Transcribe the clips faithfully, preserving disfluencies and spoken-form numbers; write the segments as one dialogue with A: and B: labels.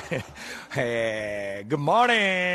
A: えー、Good morning!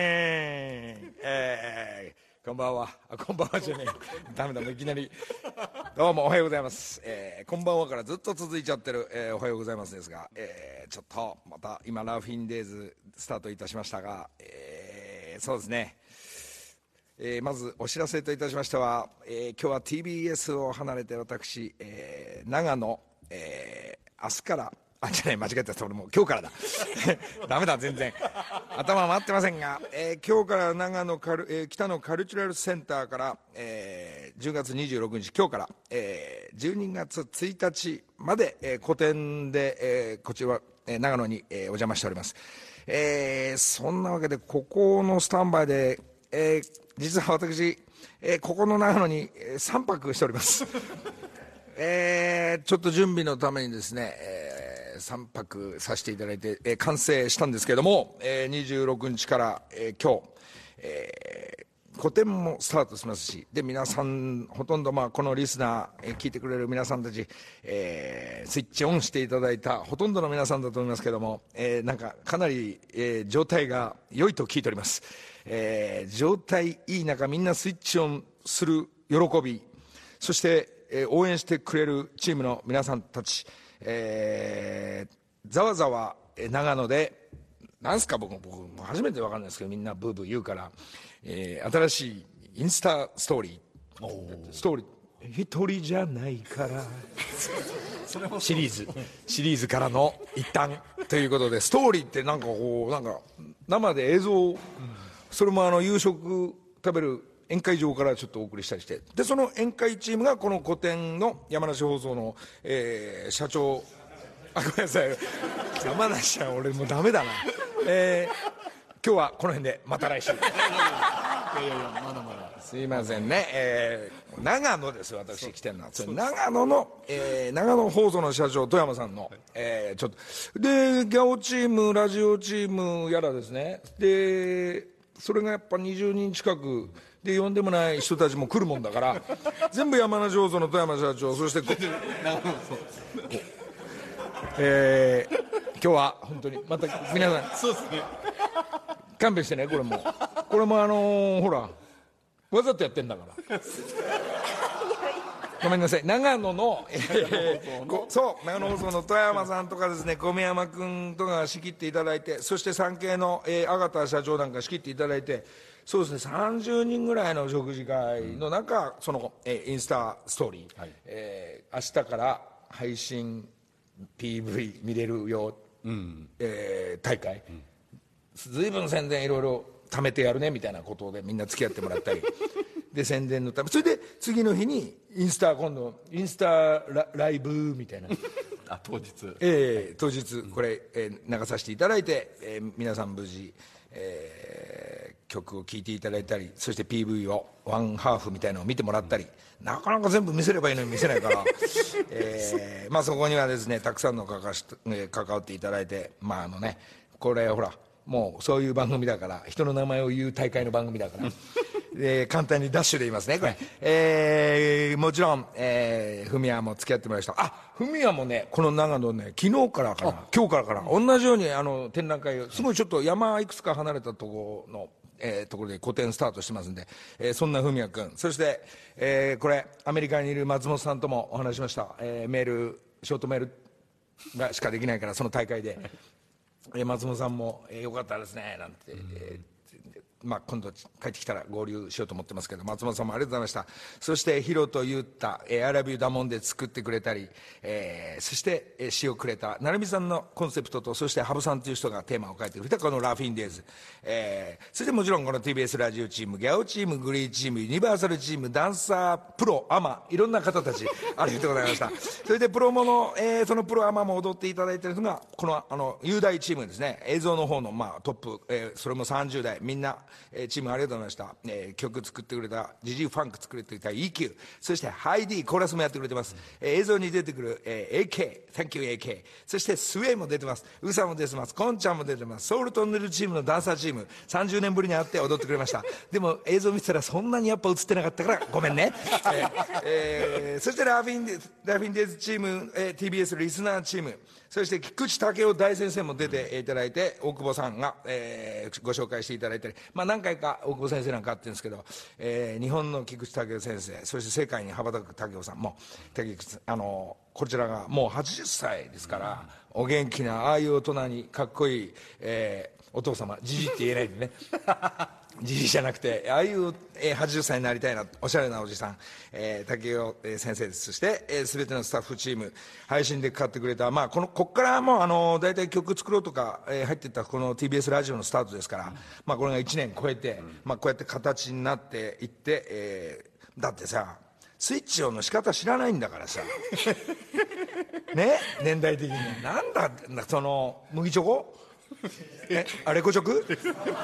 A: えー、こんばんは。あ、こんばんはじゃねえ。ダメだ、もういきなり。どうもおはようございます。えー、こんばんはからずっと続いちゃってる、えー、おはようございますですが、えー、ちょっとまた今ラーフィンデイズスタートいたしましたが、えー、そうですね。えー、まずお知らせといたしましては、えー、今日は ティービーエス を離れて私、えー、長野、えー、明日からあ、じゃない、間違えた、俺もう今日からだダメだ、全然頭回ってませんが、えー、今日から長野カル、えー、北のカルチュラルセンターから、えー、じゅうがつにじゅうろくにち今日から、えー、じゅうにがつついたちまで、えー、個展で、えー、こちら、えー、長野に、えー、お邪魔しております。えー、そんなわけでここのスタンバイで、えー、実は私、えー、ここの長野に、えー、さんぱくしておりますえー、ちょっと準備のためにですね、えー、さんぱくさせていただいて、えー、完成したんですけれども、えー、にじゅうろくにちから、えー、今日、えー、個展もスタートしますし、で皆さんほとんど、まあ、このリスナー、えー、聞いてくれる皆さんたち、えー、スイッチオンしていただいたほとんどの皆さんだと思いますけれども、えー、なんかかなり、えー、状態が良いと聞いております。えー、状態いい中みんなスイッチオンする喜び、そしてえー、応援してくれるチームの皆さんたち、えー、ざわざわ長野で、なんすか僕、僕初めて分かんないですけど、みんなブーブー言うから、えー、新しいインスタストーリー、ストーリー、一人じゃないからシリーズ、シリーズからの一端ということで、ストーリーってなんかこう、なんか生で映像、それもあの夕食食べる宴会場からちょっとお送りしたりして、でその宴会チームがこの個展の山梨放送の、えー、社長、あ、ごめんなさい、山梨は俺もうダメだな、えー、今日はこの辺でまた来週いやいやいや、まだまだすいませんね、えー、長野ですよ、私来てるのは。長野の、えー、長野放送の社長富山さんの、えー、ちょっとでギャオチーム、ラジオチームやらですね、でそれがやっぱにじゅうにん近くで、呼んでもない人たちも来るもんだから全部山梨放送の富山社長、そしてえー、今日は本当にまた皆さんそうですね、勘弁してね、これもこれもあのー、ほらわざとやってんだからごめんなさい、長野の、えー、そう長野放送の富山さんとかですね、小宮山君とか仕切っていただいて、そして産経の、えー、阿形社長なんか仕切っていただいて、そうですね、さんじゅうにんぐらいの食事会の中、うん、その、えー、インスタストーリー、はい、えー、明日から配信 ピーブイ 見れるよ、うんえー、大会、うん、随分宣伝いろいろ貯めてやるねみたいなことでみんな付き合ってもらったりで宣伝のため、それで次の日にインスタ、今度インスタ ラ, ライブみたいな
B: あ当日、
A: えー、当日これ、えー、流させていただいて、えー、皆さん無事、えー、曲を聴いていただいたり、そして ピーブイ をワンハーフみたいなのを見てもらったり、うん、なかなか全部見せればいいのに見せないから、えーまあ、そこにはですねたくさんの関わし、えー、関わっていただいて、まああのね、これほらもうそういう番組だから、人の名前を言う大会の番組だからで簡単にダッシュで言いますねこれ、はい、えー、もちろん、えー、フミヤも付き合ってもらいました。あ、フミヤもね、この長野ね、昨日からかな、今日からかな、同じようにあの展覧会を、すごいちょっと山いくつか離れたところの、えー、ところで個展スタートしてますんで、えー、そんなフミヤ君、そして、えー、これアメリカにいる松本さんともお話しました、えー、メール、ショートメールがしかできないから、その大会でえ松本さんも、えー、よかったですねなんて、えーまあ、今度帰ってきたら合流しようと思ってますけど、松本さんもありがとうございました。そしてヒロとユッタ、えー、アラビューダモンで作ってくれたり、えー、そして、えー、詩をくれた成美さんのコンセプトと、そして羽生さんという人がテーマを書いてくれたこのラフィンデイズ、えー、そしてもちろんこの ティービーエス ラジオチーム、ギャオチーム、グリーチーム、ユニバーサルチーム、ダンサー、プロ、アマ、いろんな方たちありがとうございましたそれでプロモの、えー、そのプロアマも踊っていただいているのがこのあの雄大チームですね。映像の方の、まあ、トップ、えー、それもさんじゅう代みんな、えー、チームありがとうございました、えー、曲作ってくれたジジイファンク作ってくれた イーキュー、 そしてハイディコーラスもやってくれてます、うん、えー、映像に出てくる、えー、エーケー Thank you エーケー、 そしてスウェイも出てます、ウサも出てます、コンちゃんも出てます、ソウルトンネルチームのダンサーチームさんじゅうねんぶりに会って踊ってくれましたでも映像見てたらそんなにやっぱ映ってなかったからごめんね、えーえー、そしてラフィンデラフィンデイズチーム、えー、ティービーエス リスナーチーム、 そして菊池武雄大先生も出ていただいて、大久保さんが、えー、ご紹介していただいたり、まあ、何回か大久保先生なんかあってるんですけど、えー、日本の菊池武雄先生、そして世界に羽ばたく武雄さんも、あのこちらがもうはちじゅっさいですから、うん、お元気なああいう大人にかっこいい、えー、お父様、じじって言えないんでねじじじゃなくて、ああいう、えー、はちじゅっさいになりたいな、おしゃれなおじさん、えー、武雄、えー、先生です。そして、えー、全てのスタッフチーム、配信でかかってくれた、まあ、このここからもうあの大体曲作ろうとか、えー、入っていったこの ティービーエス ラジオのスタートですから、うん、まあ、これがいちねん超えて、うん、まあ、こうやって形になっていって、えー、だってさ、スイッチオンの仕方知らないんだからさね、年代的になんだその麦チョコえあレコチョク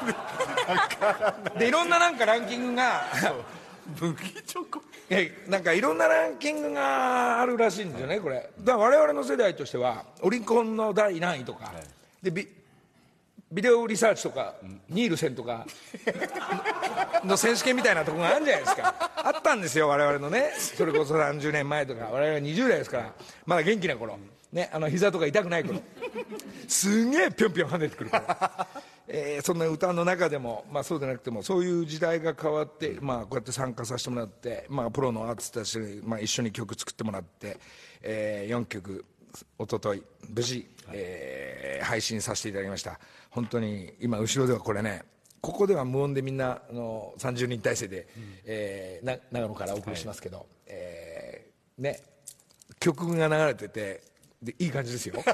A: でいろんななんかランキングが
B: 麦チョコ
A: えなんかいろんなランキングがあるらしいんですよね、これだから我々の世代としてはオリコンのだい何位とか、はい、でビビデオリサーチとか、うん、ニールセンとかの選手権みたいなところがあるんじゃないですかあったんですよ、我々のね、それこそさんじゅうねんまえとか、我々はにじゅう代ですから、まだ元気な頃、ね、あの膝とか痛くない頃すげえぴょんぴょん跳ねてくるから、えー、そんな歌の中でも、まあ、そうでなくてもそういう時代が変わって、まあ、こうやって参加させてもらって、まあ、プロのアーティストたちに、まあ、一緒に曲作ってもらって、えー、よんきょくおととい無事、えー、配信させていただきました。本当に今後ろではこれね、ここでは無音でみんなあのさんじゅうにん体制で、うん、えー、な長野からお送りしますけど、はい、えー、ね、曲が流れててでいい感じですよ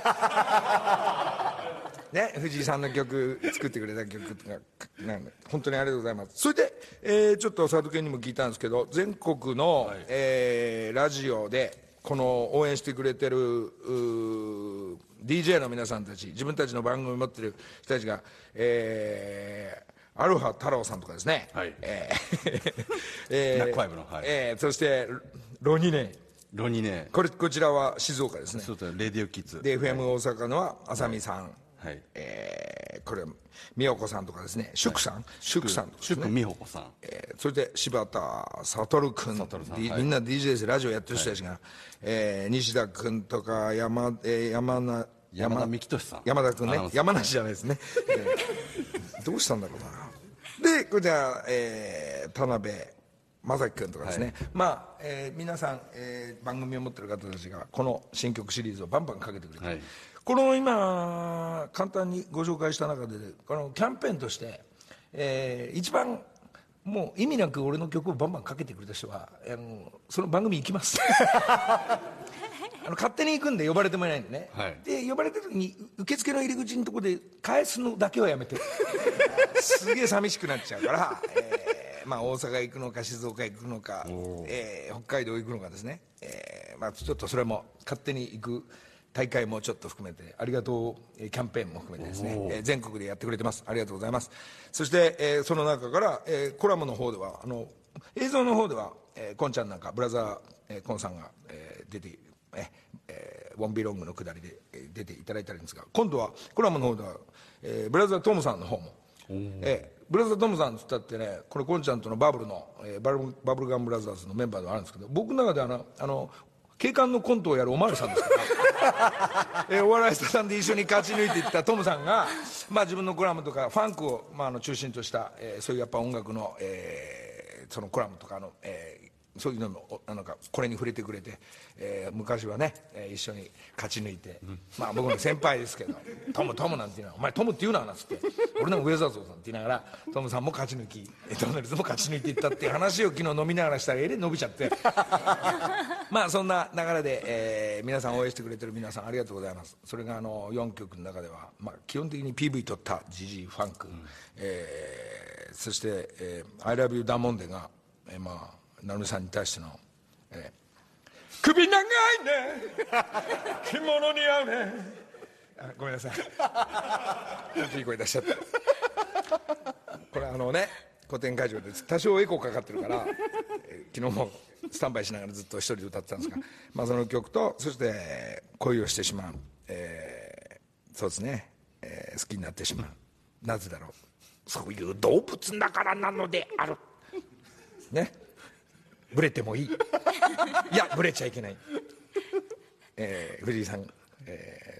A: ね、藤井さんの曲作ってくれた曲がなん本当にありがとうございます。それで、えー、ちょっと佐渡県にも聞いたんですけど、全国の、はい、えー、ラジオでこの応援してくれてる ディージェー の皆さんたち、自分たちの番組を持ってる人たちが、えー、アルファ太郎さんとかですね、はい、えーえー
B: ナックファイブの、はい、
A: えー、そしてロニネ
B: ロニネ
A: これこちらは静岡ですね。
B: そうです、レディオキッズ
A: で エフエム 大阪のはあさみさん、
B: はい、
A: えー、これ美代子さんとかですね、祝さん、はい、祝さんとかですね、
B: 祝美穂子さん、
A: えー、それで柴田悟君、はい、みんな ディージェー ですラジオやってる人たちが、はい、えー、西田君とか山、えー、山名
B: 山田幹俊さん、
A: 山田君ね、山梨じゃないですねえー、どうしたんだろうな。でこれじゃあ、えー、田辺正樹君とかですね、はい、まあ、えー、皆さん、えー、番組を持ってる方たちがこの新曲シリーズをバンバンかけてくれて、はい、この今簡単にご紹介した中でこのキャンペーンとして、えー、一番もう意味なく俺の曲をバンバンかけてくれた人はあのその番組行きますあの勝手に行くんで呼ばれてもいないんでね、はい、で呼ばれた時に受付の入り口のところで返すのだけはやめてすげえ寂しくなっちゃうから、えーまあ、大阪行くのか静岡行くのか、えー、北海道行くのかですね、えーまあ、ちょっとそれも勝手に行く大会もちょっと含めてありがとうキャンペーンも含めてですね、えー、全国でやってくれてます。ありがとうございます。そして、えー、その中から、えー、コラムの方ではあの映像の方では、えー、コンちゃんなんかブラザー、えー、コンさんが、えー、出て、ええー、ウォンビロングの下りで、えー、出ていただいたんですが、今度はコラムの方では、えー、ブラザートムさんの方も、えー、ブラザートムさんっつったってね、これコンちゃんとのバブルの、えー、バブルバブルガンブラザーズのメンバーではあるんですけど、僕の中であのあの警官のコントをやるおまわりさんですからえー、お笑いさんで一緒に勝ち抜いていったトムさんが、まあ、自分のコラムとかファンクを、まあ、あの中心とした、えー、そういうやっぱ音楽の、えー、そのコラムとかの、えーそういうのもなんかこれに触れてくれて、えー、昔はね、えー、一緒に勝ち抜いて、うん、まあ僕の先輩ですけどトムトムなんていうのはお前トムって言うななんつって俺の上澤さんって言いながらトムさんも勝ち抜きドナルズも勝ち抜いていったっていう話を昨日飲みながらしたらえれ伸びちゃってまあそんな流れで、えー、皆さん応援してくれてる皆さんありがとうございます。それがあのよんきょくの中では、まあ、基本的に ピーブイ 撮ったジジイファンク、うん、えー、そして、えー「I love you ダモンデが」えー、まあ成美さんに対しての、えー、首長いね着物似合うねあごめんなさい大きい声出しちゃったこれあのね古典会場で多少エコーかかってるから、えー、昨日もスタンバイしながらずっと一人で歌ってたんですがまあその曲とそして恋をしてしまう、えー、そうですね、えー、好きになってしまうなぜだろうそういう動物だからなのであるねブレてもいいいやブレちゃいけない、えー、藤井さん、え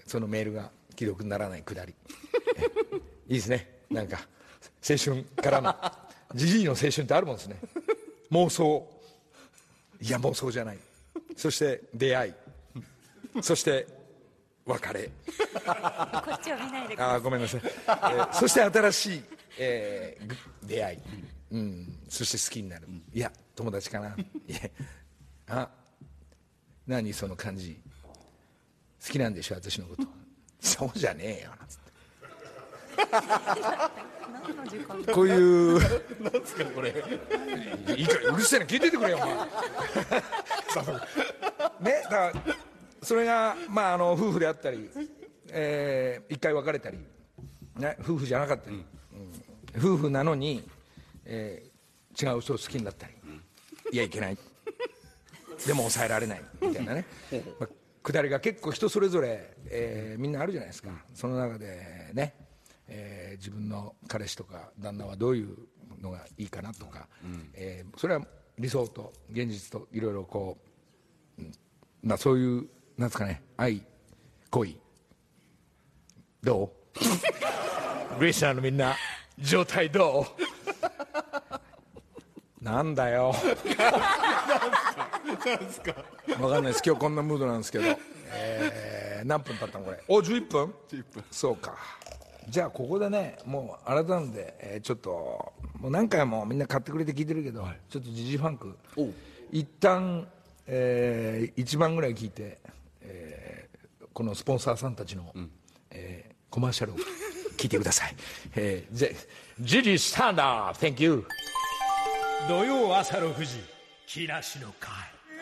A: そのメールが既読にならないくだりいいですね。なんか青春からのジジイの青春ってあるもんですね。妄想、いや妄想じゃない、そして出会い、そして別れ
C: こっちを見ないでください。
A: あごめんなさい、えー、そして新しい、えー、出会い、うん、そして好きになる、いや友達かな、いやあ何その感じ好きなんでしょ私のことそうじゃねえよなんつって
C: 何の時間
A: こういう
B: なんですかこれ。
A: いいからうるせえな聞いててくれよお前ね、だからそれが、まあ、あの夫婦であったり、えー、一回別れたり、ね、夫婦じゃなかったり、うん、夫婦なのに、えー、違う人を好きになったり、いやいけないでも抑えられないみたいなね、まあ、下りが結構人それぞれ、えー、みんなあるじゃないですか。その中でね、えー、自分の彼氏とか旦那はどういうのがいいかなとか、うんえー、それは理想と現実といろいろこう、うんまあ、そういうなんですかね、愛恋どうリスナーのみんな状態どうなんだよ
B: なんですか。
A: 分かんないです。今日こんなムードなんですけど、えー、何分経ったのこれ。おじゅういっぷん
B: じゅういっぷん。
A: そうか。じゃあここでね、もう改めて、えー、ちょっともう何回もみんな買ってくれて聞いてるけど、はい、ちょっとジジファンク一旦、えー、いちばんぐらい聞いて、えー、このスポンサーさんたちの、うんえー、コマーシャルを聞いてください、えー、ジジスタンダー Thank you。
D: 土曜朝ろくじ木梨の会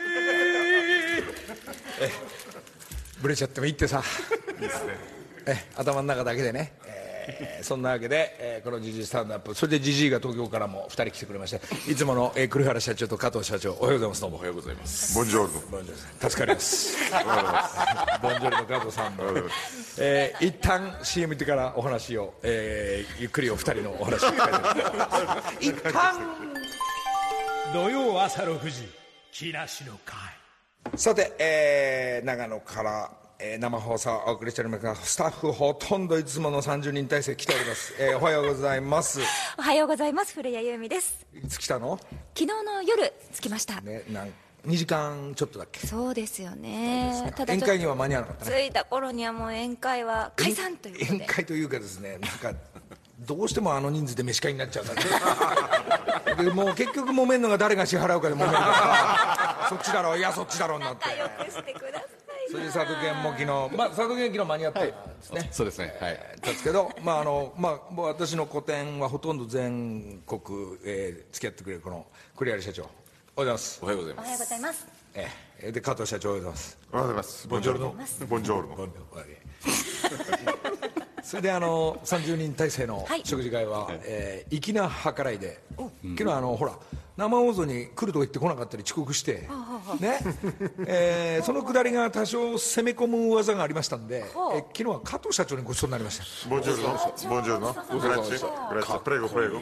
A: えブレちゃってもいいってさ
B: いいですね。
A: え頭の中だけでね、えー、そんなわけで、えー、このジジイスタンドアップ、それでジジイが東京からもふたり来てくれまして、いつもの、えー、栗原社長と加藤社長、おはようございます。どうもおはようございます。
E: ボンジョルノ。
A: ボンジョルノ助かりますボンジョルノ加藤さんも、えー、一旦 シーエム 行ってからお話を、えー、ゆっくりお二人のお話を聞かせて一旦
D: 土曜朝ろくじ木梨の会。
A: さて、えー、長野からえー、生放送をお送りしておりますが、スタッフほとんどいつものさんじゅうにん体制来ております、えー、おはようございます。
C: おはようございます。古谷由美です。
A: いつ来たの？
C: 昨日の夜着きました、
A: ね、なんにじかんちょっとだっけ。
C: そうですよね。ただ
A: 宴会には間に合わなかったね。
C: 着いた頃にはもう宴会は解散ということで。
A: 宴会というかですね、なんかどうしてもあの人数で飯会になっちゃうんだねでもう結局揉めるのが誰が支払うかで揉めるからそっちだろういやそっちだろうになって、
C: 仲良くしてください。
A: それで佐渡県も昨日、まあ、佐渡県昨日間に合ったんですね、はい、
B: そうですね、はい、
A: えー、ですけど、まああのまあ、もう私の個展はほとんど全国、えー、付き合ってくれるこの栗原社長、おはようございます。
B: おはようございます。
C: おはようございます。
A: えー、で加藤社長、おはようございます。
E: おはようございます。ボンジョルノ。ボンジョルノ。
A: それであのさんじゅうにん体制の食事会は、
C: はい、
A: えー、粋な計らいで、昨日あのほら生放送に来ると言って来なかったり遅刻して、ねえー、そのくだりが多少攻め込む技がありましたんで、えー、昨日は加藤社長にごちそうになりました。
E: ボンジョルノ。ボンジョルノ。グラッチ。グラッチ。プレゴプレゴ。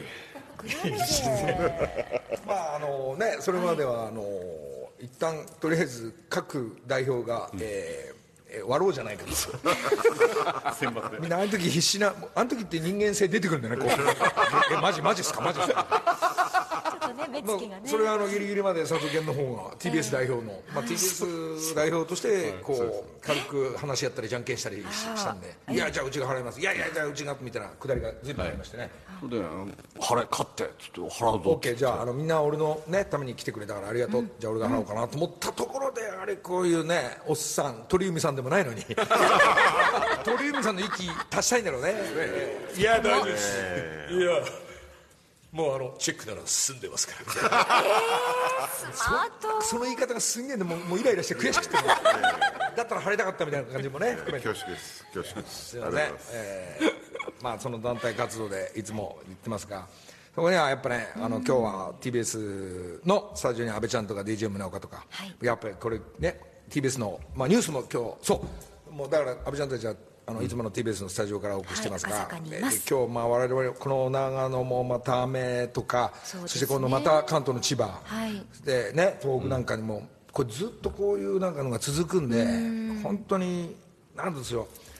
A: まああのね、それまではあの一旦とりあえず各代表が、うん、えー割ろうじゃないかとみんなあの時必死な、あの時って人間性出てくるんだよね、こうえマジマジっすかマジっすか
C: ちょっとね、目つきがね、
A: まあ、それはあのギリギリまで佐渡県の方が ティービーエス 代表の、まあ、ティービーエス 代表としてこう軽く話し合ったりじゃんけんしたりしたんで、いやじゃあうちが払います、いやいやじゃあうちがみたいなくだりが随分ありましてね、
B: はい、で払い勝ってちょっと払うぞ
A: OK、 じゃあ、あのみんな俺の、ね、ために来てくれたからありがとう、うん、じゃあ俺が払おうかなと思ったところで、あれこういうねおっさん、鳥海さんでもないのに鳥海さんの息足したいんだろうね。いや大丈夫です、えー、いやもうあのチェックなら済んでますからみたいな、えー、そ, その言い方がすんげえ、もうもうイライラして悔しくて、だったら晴れたかったみたいな感じもね、
E: 恐縮です恐縮です。
A: すいません、えー、まあその団体活動でいつも言ってますが、そこにはやっぱね、あの今日は ティービーエス のスタジオに安倍ちゃんとか ディージェー 宗岡とか、はい、やっぱりこれね ティービーエス の、まあ、ニュースも今日そうもうだから安倍ちゃんたちはあの、うん、いつもの ティービーエス のスタジオからお送りしてますが、はい、えー、今日まあ我々この長野もまた雨とか そ,、ね、そしてこのまた関東の千葉、はい、でね東北なんかにも、うん、これずっとこういうなんかのが続くんで、ん本当になんですよ、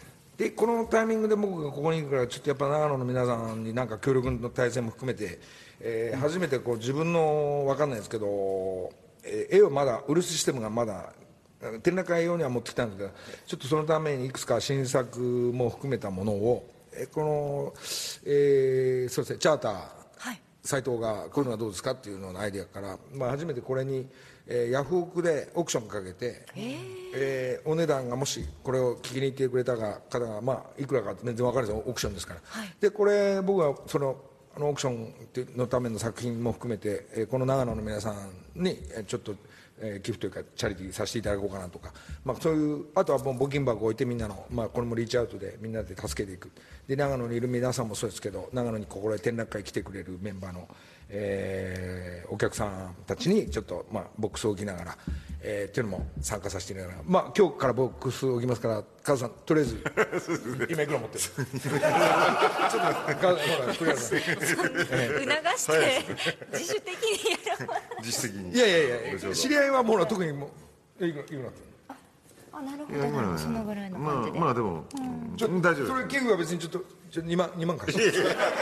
A: でこのタイミングで僕がここに行くからちょっとやっぱ長野の皆さんになんか協力の体制も含めて、えー、初めてこう自分の分かんないですけど、えー、絵をまだ売るシステムがまだ展覧会用には持ってきたんですけど、ちょっとそのためにいくつか新作も含めたものを、えー、この、えー、そうですねチャーター、はい、斉藤がこういうのはどうですかっていうののアイデアから、まあ、初めてこれに、えー、ヤフオクでオークションかけて、えー、お値段がもしこれを聞きに行ってくれた方が、まあ、いくらか全然分かるんですよ、オークションですから、はい、でこれ僕はそのあのオークションのための作品も含めて、えー、この長野の皆さんにちょっと、えー、寄付というかチャリティーさせていただこうかなとか、まあ、そういうあとはもう募金箱を置いてみんなの、まあ、これもリーチアウトでみんなで助けていく。で長野にいる皆さんもそうですけど、長野にここで展覧会来てくれるメンバーの、えー、お客さんたちにちょっと、まあ、ボックスを置きながら、えー、っていうのも参加させていただきながら、まあ、今日からボックスを置きますから、カズさんとりあえず今いくら持ってるちょっとカズさんほらクリアさん
C: 促して自主的にやる
E: 自主的に。
A: いやいやいや知り合いはもう特にもういくらいくらってる
C: あ、なるほど、なるほど、そのぐらいの感じで、
E: まあ、まあでも、うん、ちょ大丈夫。
A: それ寄付は別にちょっとちょにまんにまん貸して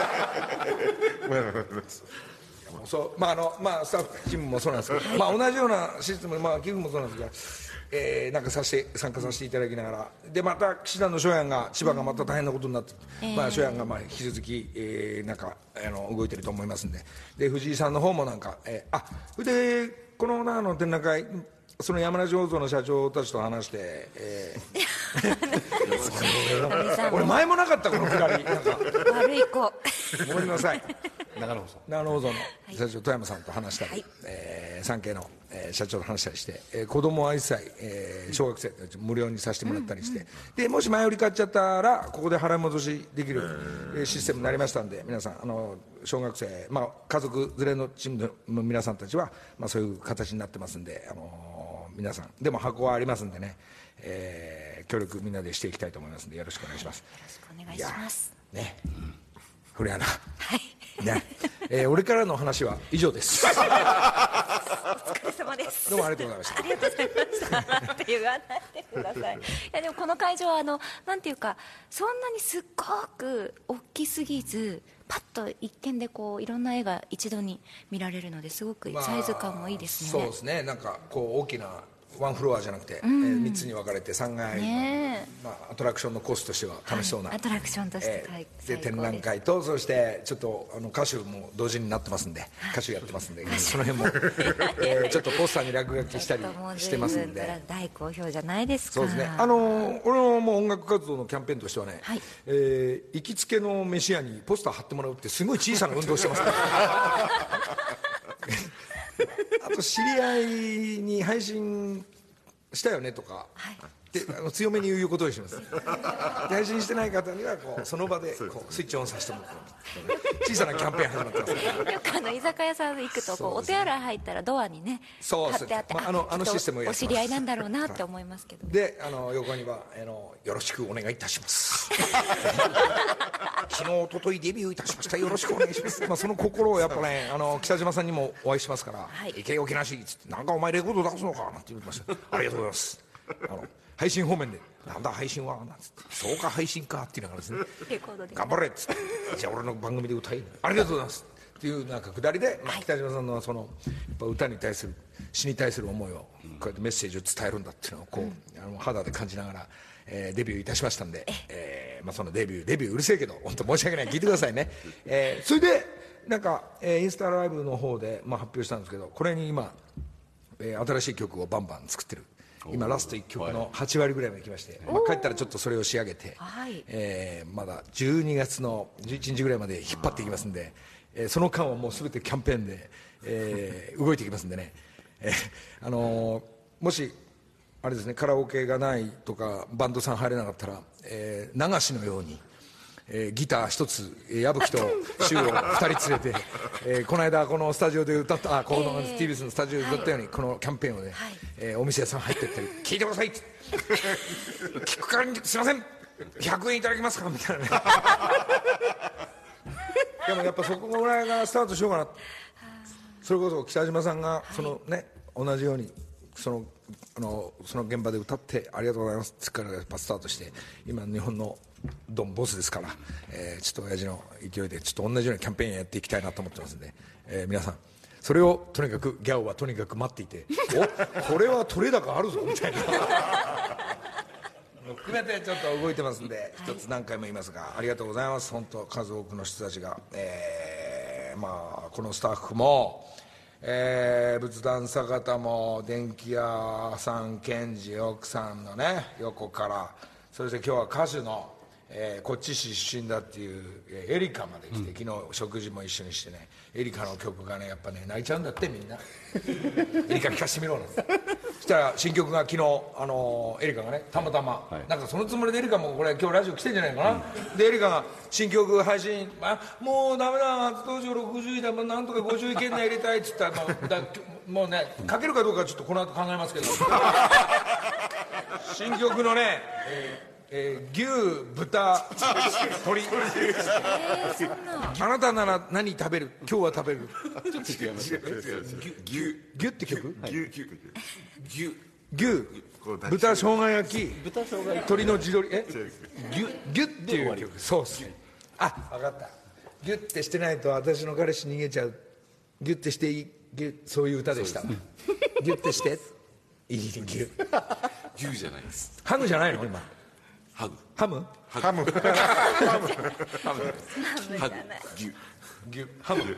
A: そう、まああのまあスタッフチームもそうなんですけど、はい、まあ同じようなシステム、まあ寄付もそうなんですが、えー、なんかさせて参加させていただきながら、でまた岸田の初夜が千葉がまた大変なことになって、うん、まあ初夜がまあ引き続き、えー、なんかあの動いてると思いますんで、で藤井さんの方もなんか、えー、あでこの長野の展覧会。その山梨放送の社長たちと話して、えー、俺前もなかったこのくだりなんか
C: 悪い子
A: ごめんなさい長野放送長野放送の社長富山さんと話したり、はい、えー、産経の、えー、社長と話したりして、えー、子供は一切、えー、小学生無料にさせてもらったりして、うんうん、でもし前売り買っちゃったらここで払い戻しできる、えー、システムになりましたんで、皆さんあの小学生、まあ、家族連れのチームの皆さんたちは、まあ、そういう形になってますんで、あのー皆さんでも箱はありますんでね、えー、協力みんなでしていきたいと思いますのでよろしくお願いします。
C: よろしくお願いします
A: ね、うん、古谷アナ、
C: はい
A: ね、えー、俺からの話は以上です
C: お疲れ様です。
A: どうもありがとうございました。
C: ありがとうございましたって言わないでください。いやでもこの会場はあのなんていうかそんなにすっごく大きすぎずパッと一見でこういろんな絵が一度に見られるのですごくサイズ感もいいですね、
A: まあ、そうですね。なんかこう大きなワンフロアじゃなくて、うん、えー、みっつに分かれてさんがい、ね、まあ、アトラクションのコースとしては楽しそうな、
C: はい、アトラクションとして、
A: えー、で展覧会とそしてちょっとあの歌手も同時になってますんで、歌手やってますんでその辺も、えー、ちょっとポスターに落書きしたりしてますんで
C: 大好評じゃないですか。
A: そうですね。あの俺のもう音楽活動のキャンペーンとしてはね、はい、えー、行きつけの飯屋にポスター貼ってもらうってすごい小さな運動してますからあと知り合いに配信したよねとか、はい、であの強めに言うことにします。で配信してない方にはこうその場でこうスイッチオンさせてもらう小さなキャンペーン始まってます。
C: よくあの居酒屋さん行くとこうお手洗い入ったらドアにね貼ってあって、
A: まあ、あのあのシステムをや
C: お知り合いなんだろうなって思いますけど、
A: であの横にはあのよろしくお願いいたします昨日一昨日デビューいたしましたよろしくお願いします、まあ、その心をやっぱねあの北島さんにもお会いしますから、はい、いけよきなしっつってなんかお前レコード出すのかなんて言ってましたありがとうございますあの配信方面でなんだ配信はなんつってそうか配信かって言いながらですね頑張れっつってじゃあ俺の番組で歌いありがとうございますっていうなんかくだりで、まあ、北島さんのそのやっぱ歌に対する詩に対する思いをこうやってメッセージを伝えるんだっていうのをこう、うん、あの肌で感じながら、えー、デビューいたしましたんで、えーまあ、そのデビューデビューうるせえけど本当申し訳ない聞いてくださいね、えー、それでなんか、えー、インスタライブの方で、まあ、発表したんですけどこれに今、えー、新しい曲をバンバン作ってる今ラストいっきょくのはちわりぐらいまで来まして、まあ、帰ったらちょっとそれを仕上げて、えー、まだじゅうにがつのじゅういちにちぐらいまで引っ張っていきますんで、えー、その間はもう全てキャンペーンで、えー、動いていきますんでね、えーあのー、もしあれですねカラオケがないとかバンドさん入れなかったら、えー、流しのようにえー、ギター一つ矢吹と柊をふたり連れて、えー、この間このスタジオで歌ったあこの ティービーエス のスタジオで歌ったように、はい、このキャンペーンをね、はい、えー、お店屋さん入ってって聞いてくださいって聞くからにすいませんひゃくえんいただけますかみたいなねでもやっぱそこぐらいがスタートしようかなそれこそ北島さんがそのね、はい、同じようにそのあのその現場で歌ってありがとうございますってからやっぱスタートして今日本のドンボスですから、えーちょっと親父の勢いでちょっと同じようなキャンペーンやっていきたいなと思ってますんで、えー皆さんそれをとにかくギャオはとにかく待っていて、おこれは取れ高あるぞみたいな含めてちょっと動いてますんで、一つ何回も言いますが、ありがとうございます。本当数多くの人たちが、えーまあ、このスタッフも、えー仏壇坂田も電気屋さん賢治奥さんのね横から、そして今日は歌手の、えーこっち市出身だっていう、えーエリカまで来て、昨日食事も一緒にしてね、エリカの曲がねやっぱね泣いちゃうんだってみんなエリカ聴かせてみろなんてそしたら新曲が昨日、あのーエリカがねたまたま、なんかそのつもりでエリカもこれ今日ラジオ来てんじゃないかな、うん、でエリカが新曲配信、あもうダメだ初登場ろくじゅういだもんなんとかごじゅうい圏内入れたいっつったらもうだもうねかけるかどうかちょっとこの後考えますけど新曲のね、えーえー、牛豚鳥あなたなら何食べる今日は食べる
B: ちょっと違います。
A: 牛牛って曲
E: 牛牛
A: 牛牛豚生姜焼き
B: 豚生姜焼き
A: 鶏の地鶏え牛牛っていう曲そうっすねあ分かったギュッてしてないと私の彼氏逃げちゃうギュッてしていいギュそういう歌でしたギュッてしていいギュ
B: 牛じゃないです。
A: ハムじゃないの今
B: ハグ。
A: ハム
E: ハム
B: ハグ。牛。
A: 牛ハム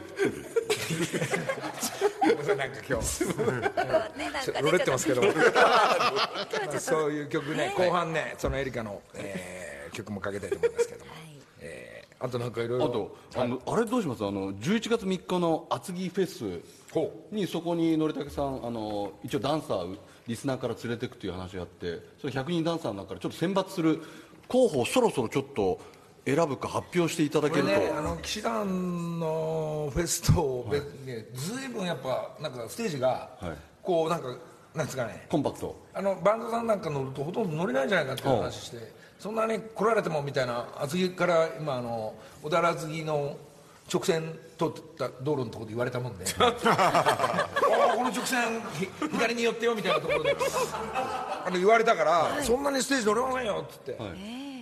A: なんか今日ろれってますけどそういう曲ね後半ねそのエリカの、えー、曲もかけたいと思いますけども、えー、あとなんかいろいろ
B: あとあの、あれどうしますあのじゅういちがつみっかの厚木フェスにそこにのりたけさんあの一応ダンサーリスナーから連れていくという話があってそのひゃくにんダンサーの中からちょっと選抜する候補をそろそろちょっと選ぶか発表していただけると、
A: ね、あの騎士団のフェスと、はいね、ずいぶんやっぱなんかステージが、はい、こうなんかなんですかね
B: コンパクト
A: あのバンドさんなんか乗るとほとんど乗れないんじゃないかっていう話してそんなに来られてもみたいな厚木から今あの小田原厚木の直線通った道路のところで言われたもんでおこの直線左に寄ってよみたいなところであの言われたから、はい、そんなにステージ乗れませんよっつって、はい、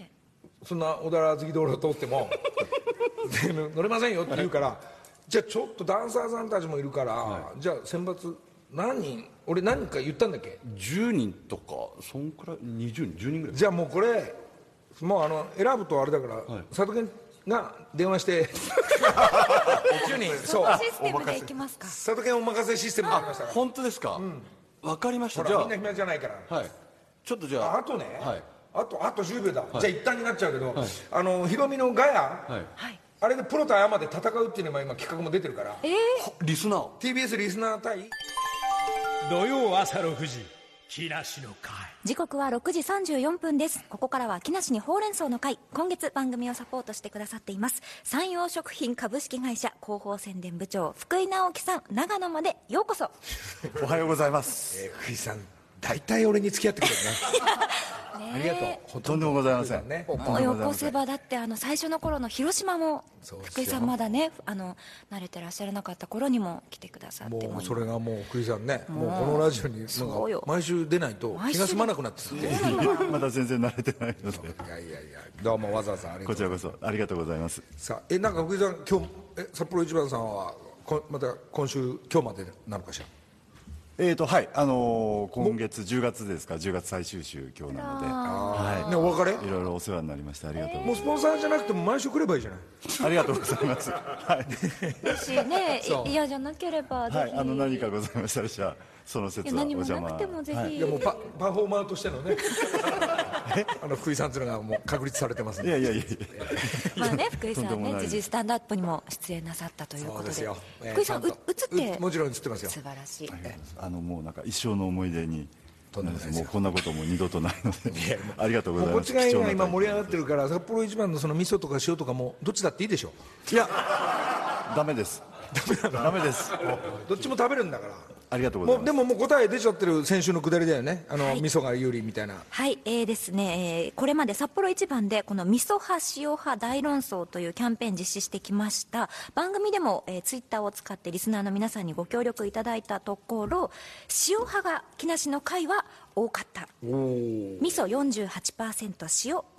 A: そんな小田原厚木道路を通っても乗れませんよって言うからじゃあちょっとダンサーさんたちもいるから、はい、じゃあ選抜何人俺何人か言ったんだっけ
B: じゅうにんとかそんくらいにじゅうにんじゅうにんぐらい
A: じゃあもうこれもうあの選ぶとあれだから、はい、佐藤健が電話してじゅうにんそう
C: システムでいきますか
A: 佐藤健お任せシステムになりましたから
B: 本当ですか、うん、分かりました
A: じゃあみんな暇じゃないから、
B: はい、ちょっとじゃあ
A: あとね、
B: はい、
A: あとあとじゅうびょうだ、はい、じゃあ一旦になっちゃうけど、はい、あのヒロミのガヤ、はい、あれでプロ対アマで戦うっていうのが今企画も出てるから、
C: えー、
B: リスナー
A: ティービーエス リスナー対
D: 土曜朝ろくじ木梨の会
C: 時刻はろくじさんじゅうよんぷんです。ここからは木梨にほうれん草の会。今月番組をサポートしてくださっています山陽食品株式会社広報宣伝部長福井直樹さん長野までようこそ
F: おはようございます、
A: えー、福井さん大体俺に付き合ってくれるねありがとう
F: とんでもございません、
C: ね、もうよこせばだってあの最初の頃の広島も福井さんまだねあの慣れてらっしゃらなかった頃にも来てくださって
A: もうそれがもう福井さんねもうこのラジオになんか毎週出ないと気が済まなくなってきて
F: まだ全然慣れてないので
A: いやいやいやどうもわざわざありがとう
F: こちらこそありがとうございます
A: さあえなんか福井さん今日え札幌一番さんはこまた今週今日までなのかしら
F: えーとはいあのー、今月じゅうがつですかじゅうがつ最終週今日なので
A: はいねお別れ
F: いろいろお世話になりましたありがとう
A: もうスポンサーじゃなくても毎週来ればいいじゃない
F: ありがとうございますはい
C: もしね嫌じゃなければぜひ、
F: はい、あの何かございましたらじゃあその説はお邪魔
C: 何もなくてもぜひ、はい、
A: いやもう パ, パフォーマーとしてのねあの福井さんっていうのがもう確立されてますんで
F: いやいやいや
C: まあね福井さんね時事スタンドアップにも出演なさったということでそうですよ、えー、福井さんう映って
A: もちろん映ってますよ
C: 素晴らしい
F: あのもうなんか一生の思い出にとんでもないですもうこんなことも二度とないのでありがとうございますこっち側が
A: 今盛り上がってるから札幌一番のその味噌とか塩とかもどっちだっていいでしょ
F: いやダメですダメです
A: どっちも食べるんだから
F: ありがとうございます
A: もうでももう答え出ちゃってる先週のくだりだよねあの、はい、味噌が有利みたいな
C: はい、えーですね、えー、これまで札幌一番でこの味噌派塩派大論争というキャンペーン実施してきました番組でも、えー、ツイッターを使ってリスナーの皆さんにご協力いただいたところ塩派が木梨の会は多かった味噌 よんじゅうはちパーセント 塩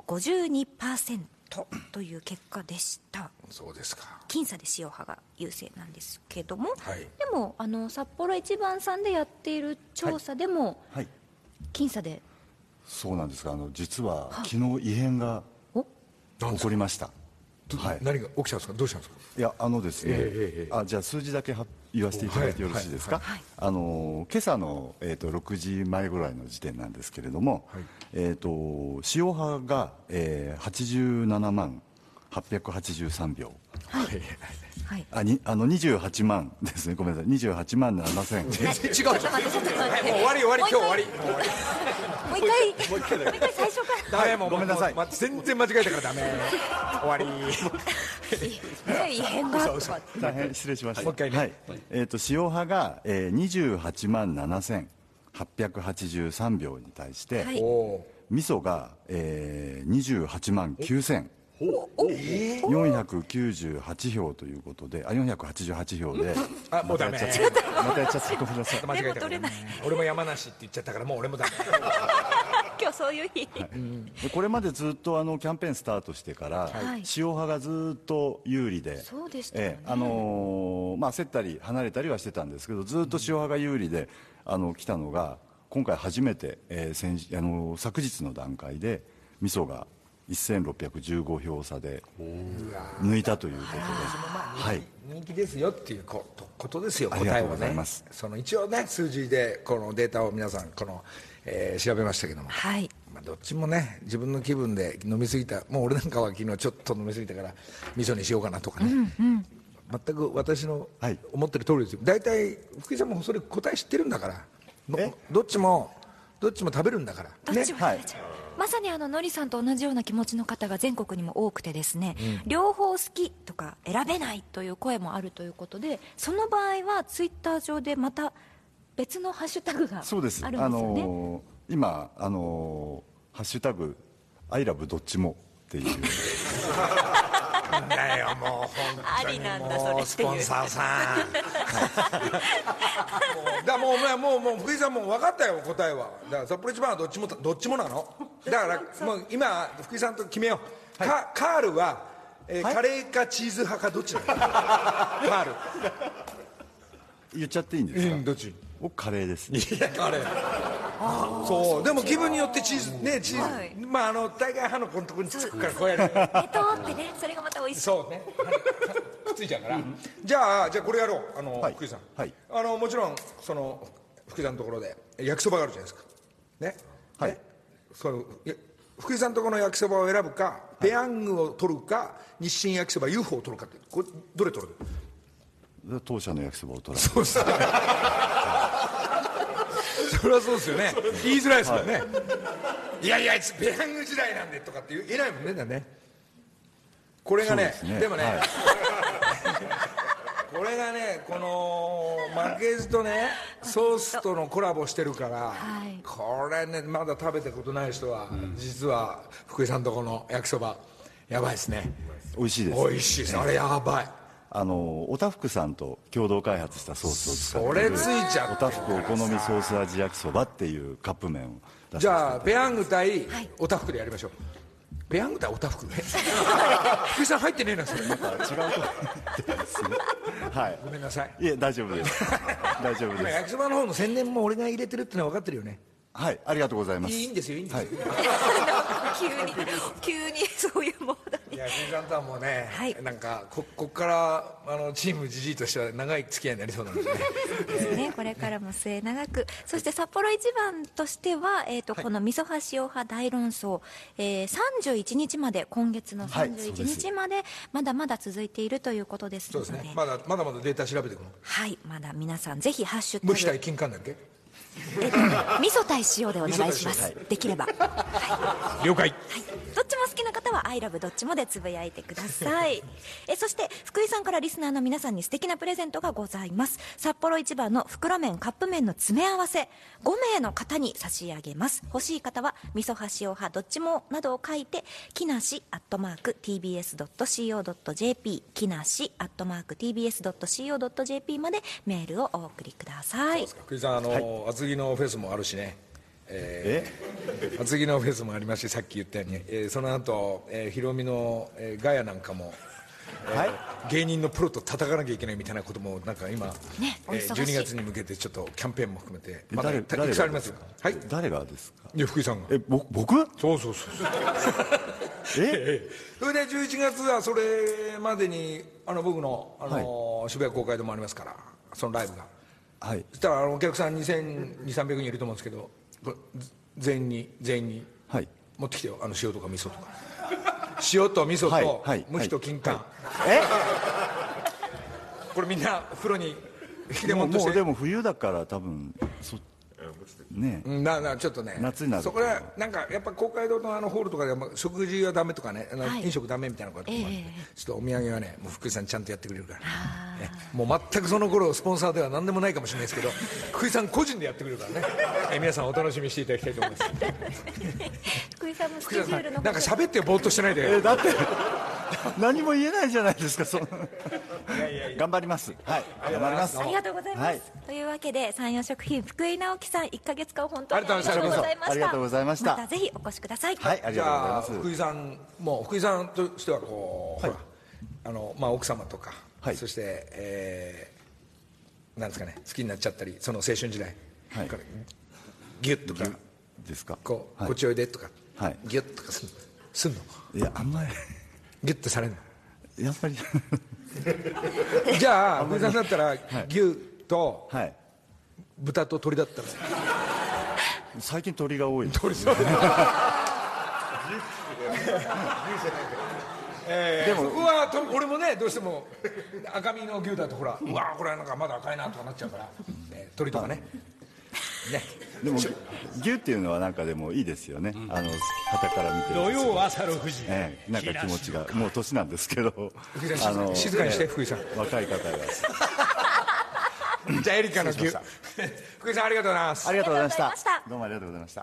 C: ごじゅうにパーセント という結果でした。
A: そうですか。
C: 僅差で塩派が優勢なんですけども、
A: はい、
C: でもあの札幌一番さんでやっている調査でも、はいはい、僅差で。
F: そうなんですが、あの実は昨日異変が起こりました。
A: はい、何が起きたんですか。どうしたんですか。
F: いや、あのですね、えー、あじゃあ数字だけ言わせていただいてよろしいですか。はいはい、あの今朝の、えー、とろくじまえぐらいの時点なんですけれども、はい、えー、と塩派が、えー、はちじゅうななまんはっぴゃくはちじゅうさんびょう、はいはい、あにあのにじゅうはちまんですね、ごめんなさい、にじゅうはちまんななせん
A: 全然違う。ちょっと待ってちょっと待って、もう終わり終わり、今日終わり、も
C: う一回もう一回もう一回最初から。
A: ダメ、もうごめんなさい、全然間違えたからダメ、終わり。
C: 異変が
F: 大変失礼しました。もう一回ね、はい、えー、と塩派が、えー、にじゅうはちまんななせんはっぴゃくはちじゅうさんびょうに対して、はい、味噌が、えー、にじゅうはちまんきゅうせんよんひゃくきゅうじゅうはちひょうということで、あよんひゃくはちじゅうはちひょうで、
A: あもうダメ、
F: またやっちゃった、ごめんなさい、
A: 間違えたから、ね、俺も山梨って言っちゃったから、もう俺もダメ。
C: 今日そういう日、はい、
F: でこれまでずっとあのキャンペーンスタートしてから、はい、塩派がずっと有利で、
C: そうでしたね、
F: えあのー、まあ、競ったり離れたりはしてたんですけど、ずっと塩派が有利で、あの来たのが今回初めて、えー、先あの昨日の段階で味噌がせんろっぴゃくじゅうごひょう差で抜いたということで、
A: はい、人気ですよっていうことですよ。
F: ありがとうございます。
A: その一応ね、数字でこのデータを皆さんこの、えー、調べましたけども、
C: はい、
A: まあ、どっちもね、自分の気分で飲み過ぎた、もう俺なんかは昨日ちょっと飲み過ぎたから味噌にしようかなとかね、うんうん、全く私の思ってる通りですよ。大体福井さんもそれ答え知ってるんだから、どっちもどっちも食べるんだから、
C: どっちも食べちゃう、はい、まさにあののりさんと同じような気持ちの方が全国にも多くてですね、うん、両方好きとか選べないという声もあるということで、その場合はツイッター上でまた別のハッシュタグがあるんですよね。そうです、あの
F: ー、今、あのー、ハッシュタグアイラブどっちもっていう
A: なんだよ、もう本当にもうスポンサーさんだもうもうもう福井さんもう分かったよ、答えは。だから札幌一番はどっちもどっちもなのだからもう今福井さんと決めよう、はい、カ, カールは、えーはい、カレーかチーズ派かどっちなのカール
F: 言っちゃっていいんですか。
A: うん、どっち。
F: 僕カレーです。
A: いやカレーそうでも気分によってチーズね、チーズ、はい、まああの大概歯のこのとこにつくからこうやる
C: えとってね、それがまた美味しい。
A: そうね、くっついちゃうから、うん、じゃあじゃあこれやろう、あの、はい、福井さん、はい、あのもちろんその福井さんのところで焼きそばがあるじゃないですかね、はい、ね、その福井さんのところの焼きそばを選ぶか、はい、ペヤングを取るか、日清焼きそば ユーフォー を取るかって、これどれ取る。
F: 当社の焼きそばを取ら
A: れる。そうですねそれはそうですよね、言いづらいですもんね、はい、いやいやペヤング時代なんでとかって言えないもんね。だねこれが ね, で, ねでもね、はい、これがね、この負けずとねソースとのコラボしてるから、はい、これねまだ食べたことない人は、うん、実は福井さんとこの焼きそばやばいですね。
F: 美味しいです。
A: 美味しいです、あれやばい。
F: あのおたふくさんと共同開発したソースを使って
A: それついちゃう
F: おたふくお好みソース味焼きそばっていうカップ麺を出して、
A: じゃあペヤング対おたふくでやりましょう。ペヤング対おたふくね福井さん入ってねえな、それなんか違うとこですねはい、ごめんなさい。
F: いえ大丈夫です大丈夫です。
A: 焼きそばの方の宣伝も俺が入れてるってのは分かってるよね。
F: はい、ありがとうございます。
A: いいんですよ、いいんですよ、
C: はい、急に急にそういうモードに。
A: いや、福井さんとはもうね、はい、なんかここからあのチームジジイとしては長い付き合いになりそうなんですね
C: ですね、これからも末永く。そして札幌一番としては、えーとはい、この味噌派塩派大論争、えー、さんじゅういちにちまで、今月のさんじゅういちにちまでまだまだ続いているということですので、
A: そうですね、まだまだまだデータ調べていくの。
C: はい、まだ皆さんぜひハッシュタグ
A: 無比対金柑だっけ、
C: えっと、味噌対塩でお願いします、はい、できれば、は
A: い、了解、
C: はい、どっちも好きな方はアイラブどっちもでつぶやいてくださいえそして福井さんからリスナーの皆さんに素敵なプレゼントがございます。札幌一番の袋麺カップ麺の詰め合わせごめいの方に差し上げます。欲しい方は味噌派塩派どっちもなどを書いてきなしアットマーク ティービーエスドットシーオードットジェーピー きなしアットマーク ティービーエスドットシーオードットジェーピー までメールをお送りください。
A: 福井さん、あの、はい、厚木のフェスもあるしね、 えー、厚木のフェスもありますし、さっき言ったように、えー、その後、えー、ヒロミの、えー、ガヤなんかも、えーはい、芸人のプロと戦わなきゃいけないみたいなこともなんか今、ねえー、じゅうにがつに向けてちょっとキャンペーンも含めてまだたくさんありますよ。はい、
F: 誰がですか？
A: いや福井さんが。
F: えぼ僕？
A: そうそうそうえそれでじゅういちがつはそれまでにあの僕の、あのーはい、渋谷公会堂もありますから、そのライブが、はい、そしたらあのお客さんにせんにひゃくさんびゃくにんいると思うんですけど、全員に全員に、はい、持ってきてよ、あの塩とか味噌とか塩と味噌と麦と金柑、えこれみんな風呂に引き出物として。
F: もうでも冬だから多分そね
A: え、ななちょっとね、
F: 夏になる
A: そこでなんかやっぱ公会堂のあのホールとかで食事はダメとかね、はい、飲食ダメみたいなこともあって、えー、ちょっとお土産はねもう福井さんちゃんとやってくれるから、ね、もう全くその頃スポンサーでは何でもないかもしれないですけど福井さん個人でやってくれるからねえ皆さんお楽しみにしていただきたいと思います
C: 福井さんもスケジュールの
A: なんか喋ってぼーっとしてないで、
F: えー、だって何も言えないじゃないですか。その頑張ります。はい、頑張ります。
C: ありがとうございます、はい、というわけで三洋食品福井直樹さんいっかげつかん本当にありがとうございました。
F: ありがとうございました。
C: またぜひお越しください。
F: はい、ありがとうございます。
A: 福井さんも福井さんとしてはこう、はい、ほらあのまあ奥様とか、はい、そして、えー、なんですかね、好きになっちゃったり、その青春時代、はい、からギュッとか
F: ですか、
A: こう、はい、こっちおいでとか、はい、ギュッとかすんのすんの。
F: いやあんまり
A: ギュッとされるの。やっぱり
F: じ
A: ゃあ福井さんだったら、はい、牛と、はい、豚と鶏だったら
F: 最近鳥が多いです、
A: 鳥そうえー、でも僕は俺もねどうしても赤身の牛だとほらうわこれなんかまだ赤いなとかなっちゃうから、ね、鳥とかね、
F: ね、でも牛っていうのはなんかでもいいですよね、うん、あの旗から見てる
D: 土曜朝ろくじ、
F: ええ、なんか気持ちがもう年なんですけど
A: あの静かにして福井さん、
F: 若い方が
A: じゃあエリカの牛福井さんありがとうございます。
F: ありがとうございました。どうもありがとうございました。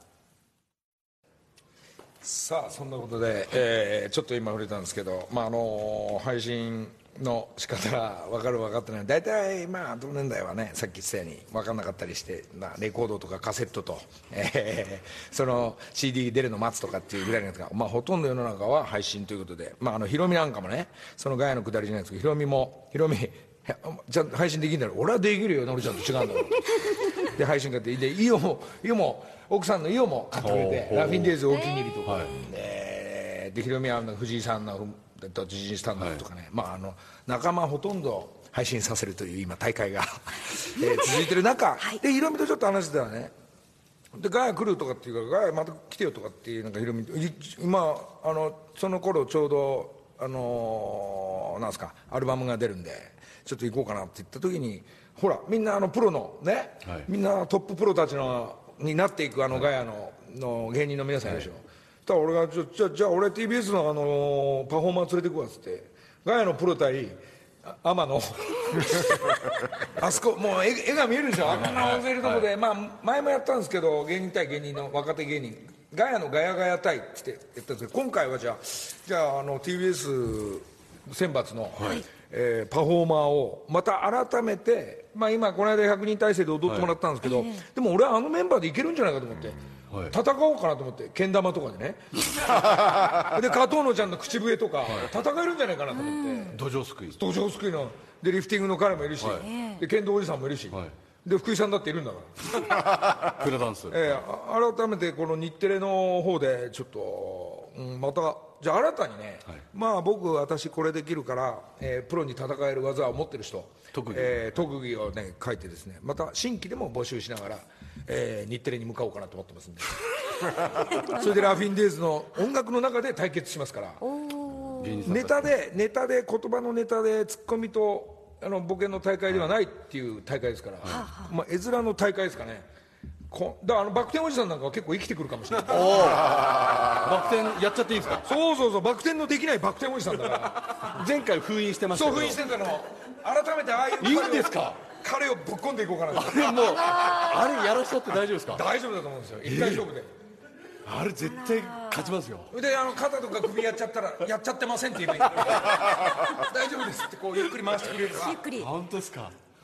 A: さあそんなことで、えー、ちょっと今触れたんですけど、まああの配信の仕方が分かる分かってない、大体まあ同年代はねさっき言ったように分かんなかったりして、まあ、レコードとかカセットと、えー、その シーディー 出るの待つとかっていうぐらいなんですが、まあ、ほとんど世の中は配信ということで、まあ、あのヒロミなんかもねそのガヤのくだりじゃないですけど、ヒロミもヒロミじゃあ配信できるんだろう、俺はできるよ、ノリちゃんと違うんだろうで配信買ってでイオもイオも奥さんのイオも買ってくれて、ラフィンデイズお気に入りとか、はい、で, でヒロミは藤井さんのとジジイスタンダードとかね、はい、まああの仲間ほとんど配信させるという今大会が、えー、続いてる中、はい、でヒロミとちょっと話してたらね、でガヤ来るとかっていうからガヤまた来てよとかっていうなんかヒロミ今あのその頃ちょうどあのー、なんですかアルバムが出るんでちょっと行こうかなって言った時に、ほらみんなあのプロのね、はい、みんなトッププロたちのになっていくあのガヤの、の芸人の皆さんでしょ、はい、そしたら俺がじゃじゃじゃあ俺 ティービーエス の、あのー、パフォーマー連れてくわっつってガヤのプロ対天野あそこもう 絵, 絵が見えるんですよ、あんな大勢いるとこで、はい、まあ前もやったんですけど芸人対芸人の若手芸人ガヤのガヤガヤ対って言ったんですけど、今回はじゃあじゃあ、あの ティービーエス 選抜の、はいえー、パフォーマーをまた改めて、まあ、今この間ひゃくにん体制で踊ってもらったんですけど、はい、でも俺はあのメンバーでいけるんじゃないかと思って、はい、戦おうかなと思って、けん玉とかでねで加藤野ちゃんの口笛とか、はい、戦えるんじゃないかなと思って、
B: 土壌すくい
A: 土壌すくいのでリフティングの彼もいるし、はい、で剣道おじさんもいるし、はい、で福井さんだっているんだから
B: フラダンス、
A: えー、改めてこの日テレの方でちょっと、うん、またじゃあ新たにね、はい、まあ僕私これできるから、えー、プロに戦える技を持ってる人
B: 特技、
A: えー、特技をね書いてですね、また新規でも募集しながら、えー、日テレに向かおうかなと思ってますんでそれでラフィンデイズの音楽の中で対決しますから、ネタでネタで言葉のネタでツッコミとあのボケの大会ではないっていう大会ですから、はいまあ、絵面の大会ですかね。こだからあのバク転おじさんなんかは結構生きてくるかもしれない
B: バク転やっちゃっていいんですか。
A: そうそうそうバク転のできないバク転おじさんだから
B: 前回封印してましたけど、
A: そう封印してたの改めてああいう
B: いいんですか、
A: 彼をぶっ込んでいこうかなと。
B: あれもうあれやらしちゃって大丈夫ですか。
A: 大丈夫だと思うんですよ、一回勝負で、
B: えー、あれ絶対勝ちますよ。
A: であの肩とか首やっちゃったらやっちゃってませんって言えばいい大丈夫ですってこうゆっくり回してくれるから。
C: ゆっくり
B: 本当ですか。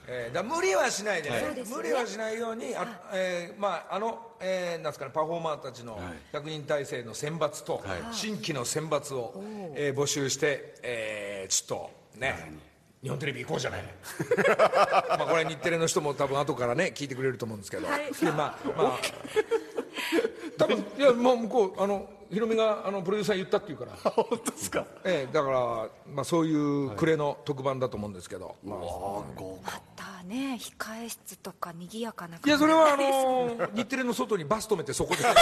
A: えー、だ無理はしないでね、
C: はい、
A: 無理はしないように、あ、えーまあ、あの、えー、なんですかね、パフォーマーたちのひゃくにん体制の選抜と、はい、新規の選抜を、えー、募集して、えー、ちょっとね、はい、日本テレビ行こうじゃないまあこれ日テレの人も多分後からね聞いてくれると思うんですけど、はい、でまあまあ多分いやもう向こうあのヒロミがあのプロデューサー言ったって言うから
F: 本当ですか、
A: ええ、だから、まあ、そういう暮れの特番だと思うんですけど、はい、まあ、
C: またね控え室とか賑やかな感じ。
A: いやそれはあのー、日テレの外にバス止めてそこででか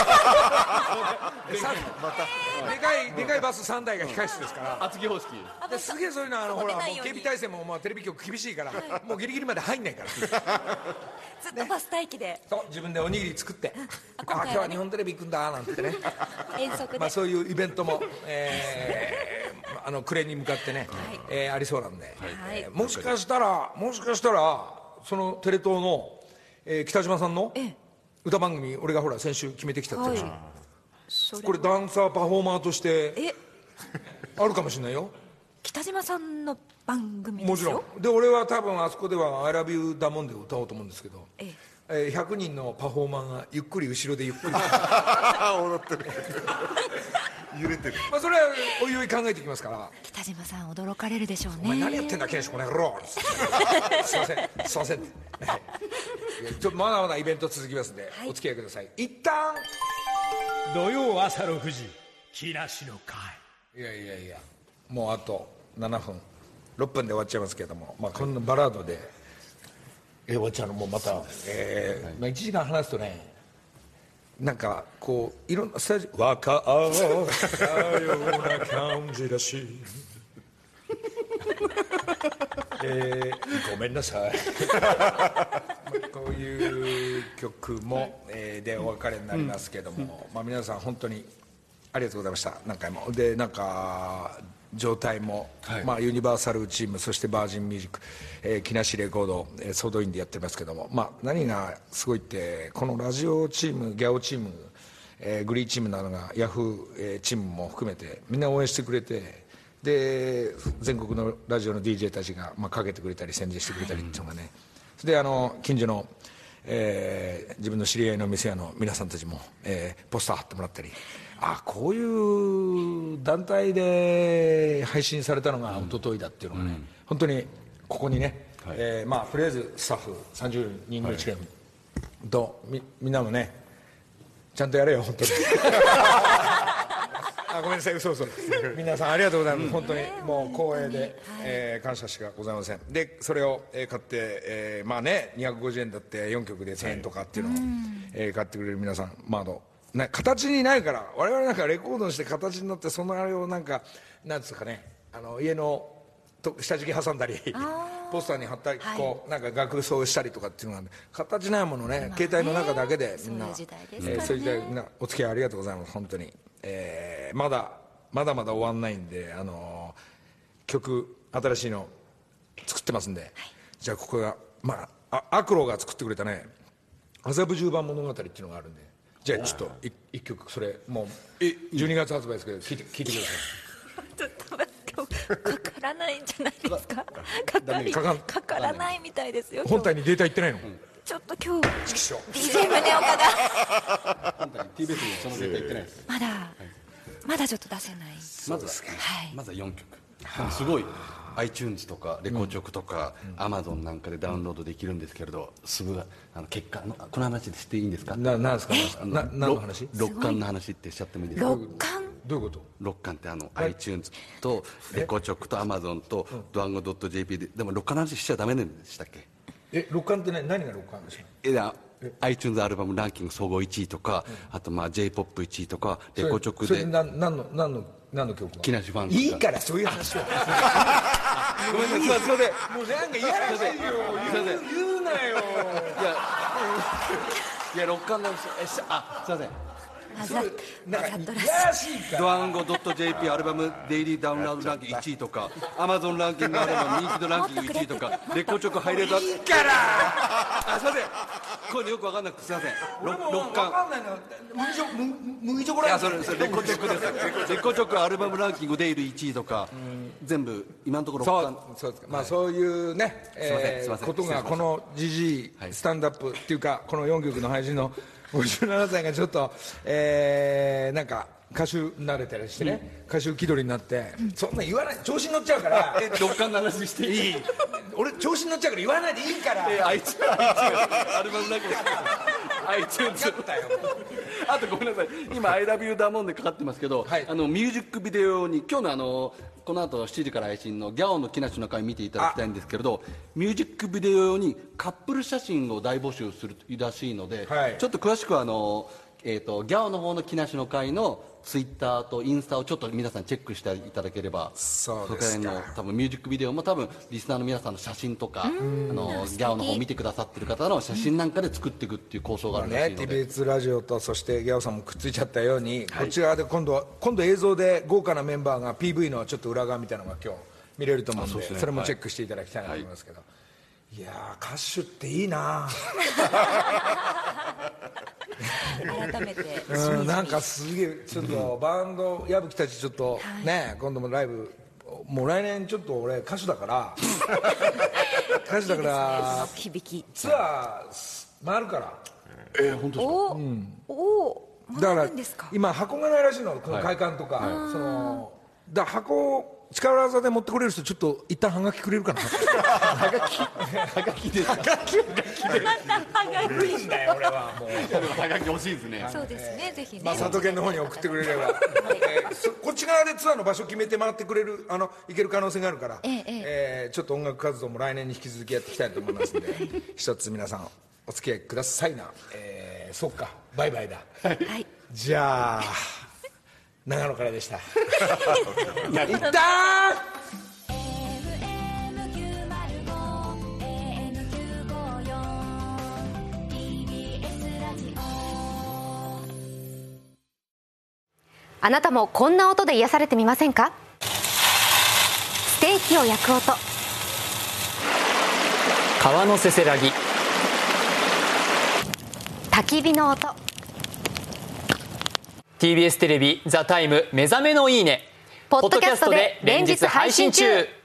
A: いでかいバスさんだいが控え室ですから
B: 厚木方式
A: ですげえそういうのはあのほらもう警備体制もまあテレビ局厳しいから、はい、もうギリギリまで入んないから
C: ずっとバス待機で、
A: ね、そう自分でおにぎり作ってあ今日は日本テレビ行くんだなんてね
C: 遠足で、
A: まあ、そういうイベントも、えー、あの暮れに向かってね、はい、えー、ありそうなんで、はい、えー、もしかしたらもしかしたらそのテレ東の、えー、北島さんの歌番組俺がほら先週決めてきたって言ったでしょ、はい、これダンサーパフォーマーとしてあるかもしれないよ。
C: 北島さんの番組ですよ。
A: もちろんで俺は多分あそこでは「I love you だもん」で歌おうと思うんですけど、ええ、ひゃくにんのパフォーマーがゆっくり後ろでゆっくり
E: 踊ってる揺れてる、
A: まあそれはおいおい考えていきますから。
C: 北島さん驚かれるでしょうね。
A: お前何やってんだケンシこの野郎すいませんすいませんちょまだまだイベント続きますんで、はい、お付き合いください。一旦
D: 土曜朝のくじ木梨の会。
A: いやいやいやもうあとななふんろっぷんで終わっちゃいますけども、まあ、こんなバラードでえ終わっちゃうのもうまた、えーはい、まあ、いちじかん話すとねなんかこういろんなスタジオ分かったような感じだしえー、ごめんなさいこういう曲も、えー、でお別れになりますけども、うん、まあ、皆さん本当にありがとうございました。何回もでなんか状態も、はい、まあ、ユニバーサルチームそしてバージンミュージック、えー、木梨レコード、えー、ソードインでやってますけども、まあ、何がすごいってこのラジオチームギャオチーム、えー、グリーチームなどがヤフー、えー、チームも含めてみんな応援してくれてで全国のラジオの ディージェー たちが、まあ、かけてくれたり宣伝してくれたりっていうのがね、それであの近所の、えー、自分の知り合いの店屋の皆さんたちも、えー、ポスター貼ってもらったり、あこういう団体で配信されたのが一昨日だっていうのがね、うん、本当にここにね、はい、えーまあ、とりあえずスタッフさんじゅうにんの一連と、はい、み, みんなもねちゃんとやれよ本当にあごめんなさい嘘嘘皆さんありがとうございます、うん、本当にもう光栄で、はい、えー、感謝しかございません。でそれを、えー、買って、えー、まあねにひゃくごじゅうえんだってよんきょくでせんえんとかっていうのを、はい、えー、買ってくれる皆さん、まああのね、形にないから我々なんかレコードにして形になってそのあれをなんかなんですかね、あの家のと下敷き挟んだりポスターに貼ったり、はい、こうなんか額装したりとかっていうのが、ね、形ないものね、まあ、携帯の中だけでみんなそういう時代ですかね、えー、そういう時代みんなお付き合いありがとうございます本当に、えー、まだまだまだ終わんないんで、あのー、曲新しいの作ってますんで、はい、じゃあここがまあアクロが作ってくれたね麻布十番物語っていうのがあるんで、じゃあちょっと一曲それもうじゅうにがつ発売ですけど聞いて聞いてください
C: ちょっと待ってかからないんじゃないですかかかりかからないみたいですよ。
A: 本体にデータいってないの、うん、
C: ちょっと今日 ディージェー 宗岡が
B: 本体に ティービーエス にそのデータいってないです。
C: まだ、はい、まだちょっと出せない。
B: まず、はい、まずはよんきょくすごいiTunes とかレコチョクとか、うん、Amazon なんかでダウンロードできるんですけれど、すぐあの結果のこの話でしていいんですか。
A: ななんですかな何の話。
B: 六巻の話っておっしゃってもいいですか。
C: 六巻
A: どういうこと。
B: 六巻ってあの、はい、iTunes とレコチョクと Amazon とドワンゴ .jp で、でも六巻の話しちゃダメなんでしたっけ。
A: え六巻って、ね、何が六巻ですか。
B: えだiTunes アルバムランキング総合いちいとか、うん、あとまあ J-ポップいちいとかレコチョクで。それ何の何の何の曲。木梨ファン
A: いいからそういう話はごめんなさい、すいません。もうなんかいやらしいよ。言うなよ。
B: いや、いや六巻のえしあ、すいません。
C: あざ
A: なんかいやらしいから。
B: ドワンゴ .jp アルバムデイリーダウンロードランキングいちいとか、アマゾンランキングアルバム人気のランキングいちいとか、レコチョクハイレート。
A: いいから。
B: あ、すいません。こういうのよく分かんなくてすいません。六巻。分
A: かんないの。麦チョ麦チョコランキング。
B: いやそれそれレコチョクです。レコチョクアルバムランキングデイリーいちいとか、 全部今のところ
A: そうそうですか、まあ、そういうね、えー
B: すいません
A: ことがこのジジイスタンダップっていうか、このよんきょくの配信のごじゅうななさいがちょっと、えーなんか歌手慣れたりしてね、歌手気取りになって、そんな言わない、調子に乗っちゃうから、
B: どっかの話していい？
A: 俺調子に乗っちゃうから言わないでいいから。
B: えー、あいつアルバムだけあいつ
A: 分かったよ。
B: あとごめんなさい、今「アイラブユー ダーモン」でかかってますけど、
A: はい、
B: あのミュージックビデオに今日のあのこの後しちじから配信のギャオの木梨の会見ていただきたいんですけれど、ミュージックビデオ用にカップル写真を大募集するらしいので、はい、ちょっと詳しくはあの、えーと、ギャオの方の木梨の会のツイッターとインスタをちょっと皆さんチェックしていただければ、
A: そうですか、
B: そこら辺の多分ミュージックビデオも多分リスナーの皆さんの写真とか、あのギャオの方を見てくださってる方の写真なんかで作っていくっていう構想があるらしいので、
A: ね、ティービーエス ラジオとそしてギャオさんもくっついちゃったように、はい、こちらで今度は今度映像で豪華なメンバーが ピーブイ のちょっと裏側みたいなのが今日見れると思うん で, そ, で、ね、それもチェックしていただきたいなと思いますけど、はい、いやー歌手っていいな
C: 改めて、
A: うん、なんかすげえちょっとバンド矢吹たちちょっとね、はい、今度もライブもう来年ちょっと俺歌手だから歌手だから
C: 響き
A: ツアー回るから。
B: えー、本当ですか？
C: お、うん、お
A: だから今箱がないらしいの、この会館とか、はい、そのだ箱力技で持ってくれる人ちょっと一旦ハガキくれるかな。ハガキハガキですか？ハガキハガキでいいんだよ俺はもう。
B: ハガキ欲しいですね。
C: そうですね、ぜひね。
A: まあ里犬の方に送ってくれれば、えー、こっち側でツアーの場所決めて回ってくれる、あの行ける可能性があるから、えええー、ちょっと音楽活動も来年に引き続きやっていきたいと思いますので一つ皆さんお付き合いくださいな。えー、そっかバイバイだ。はい、じゃあ長野からでした。いったー。
G: あなたもこんな音で癒されてみませんか？ステーキを焼く音、
H: 川のせせらぎ、
G: 焚き火の音、
H: ティービーエス テレビ「ザタイム目覚めのいいね」ポッドキャストで連日配信中。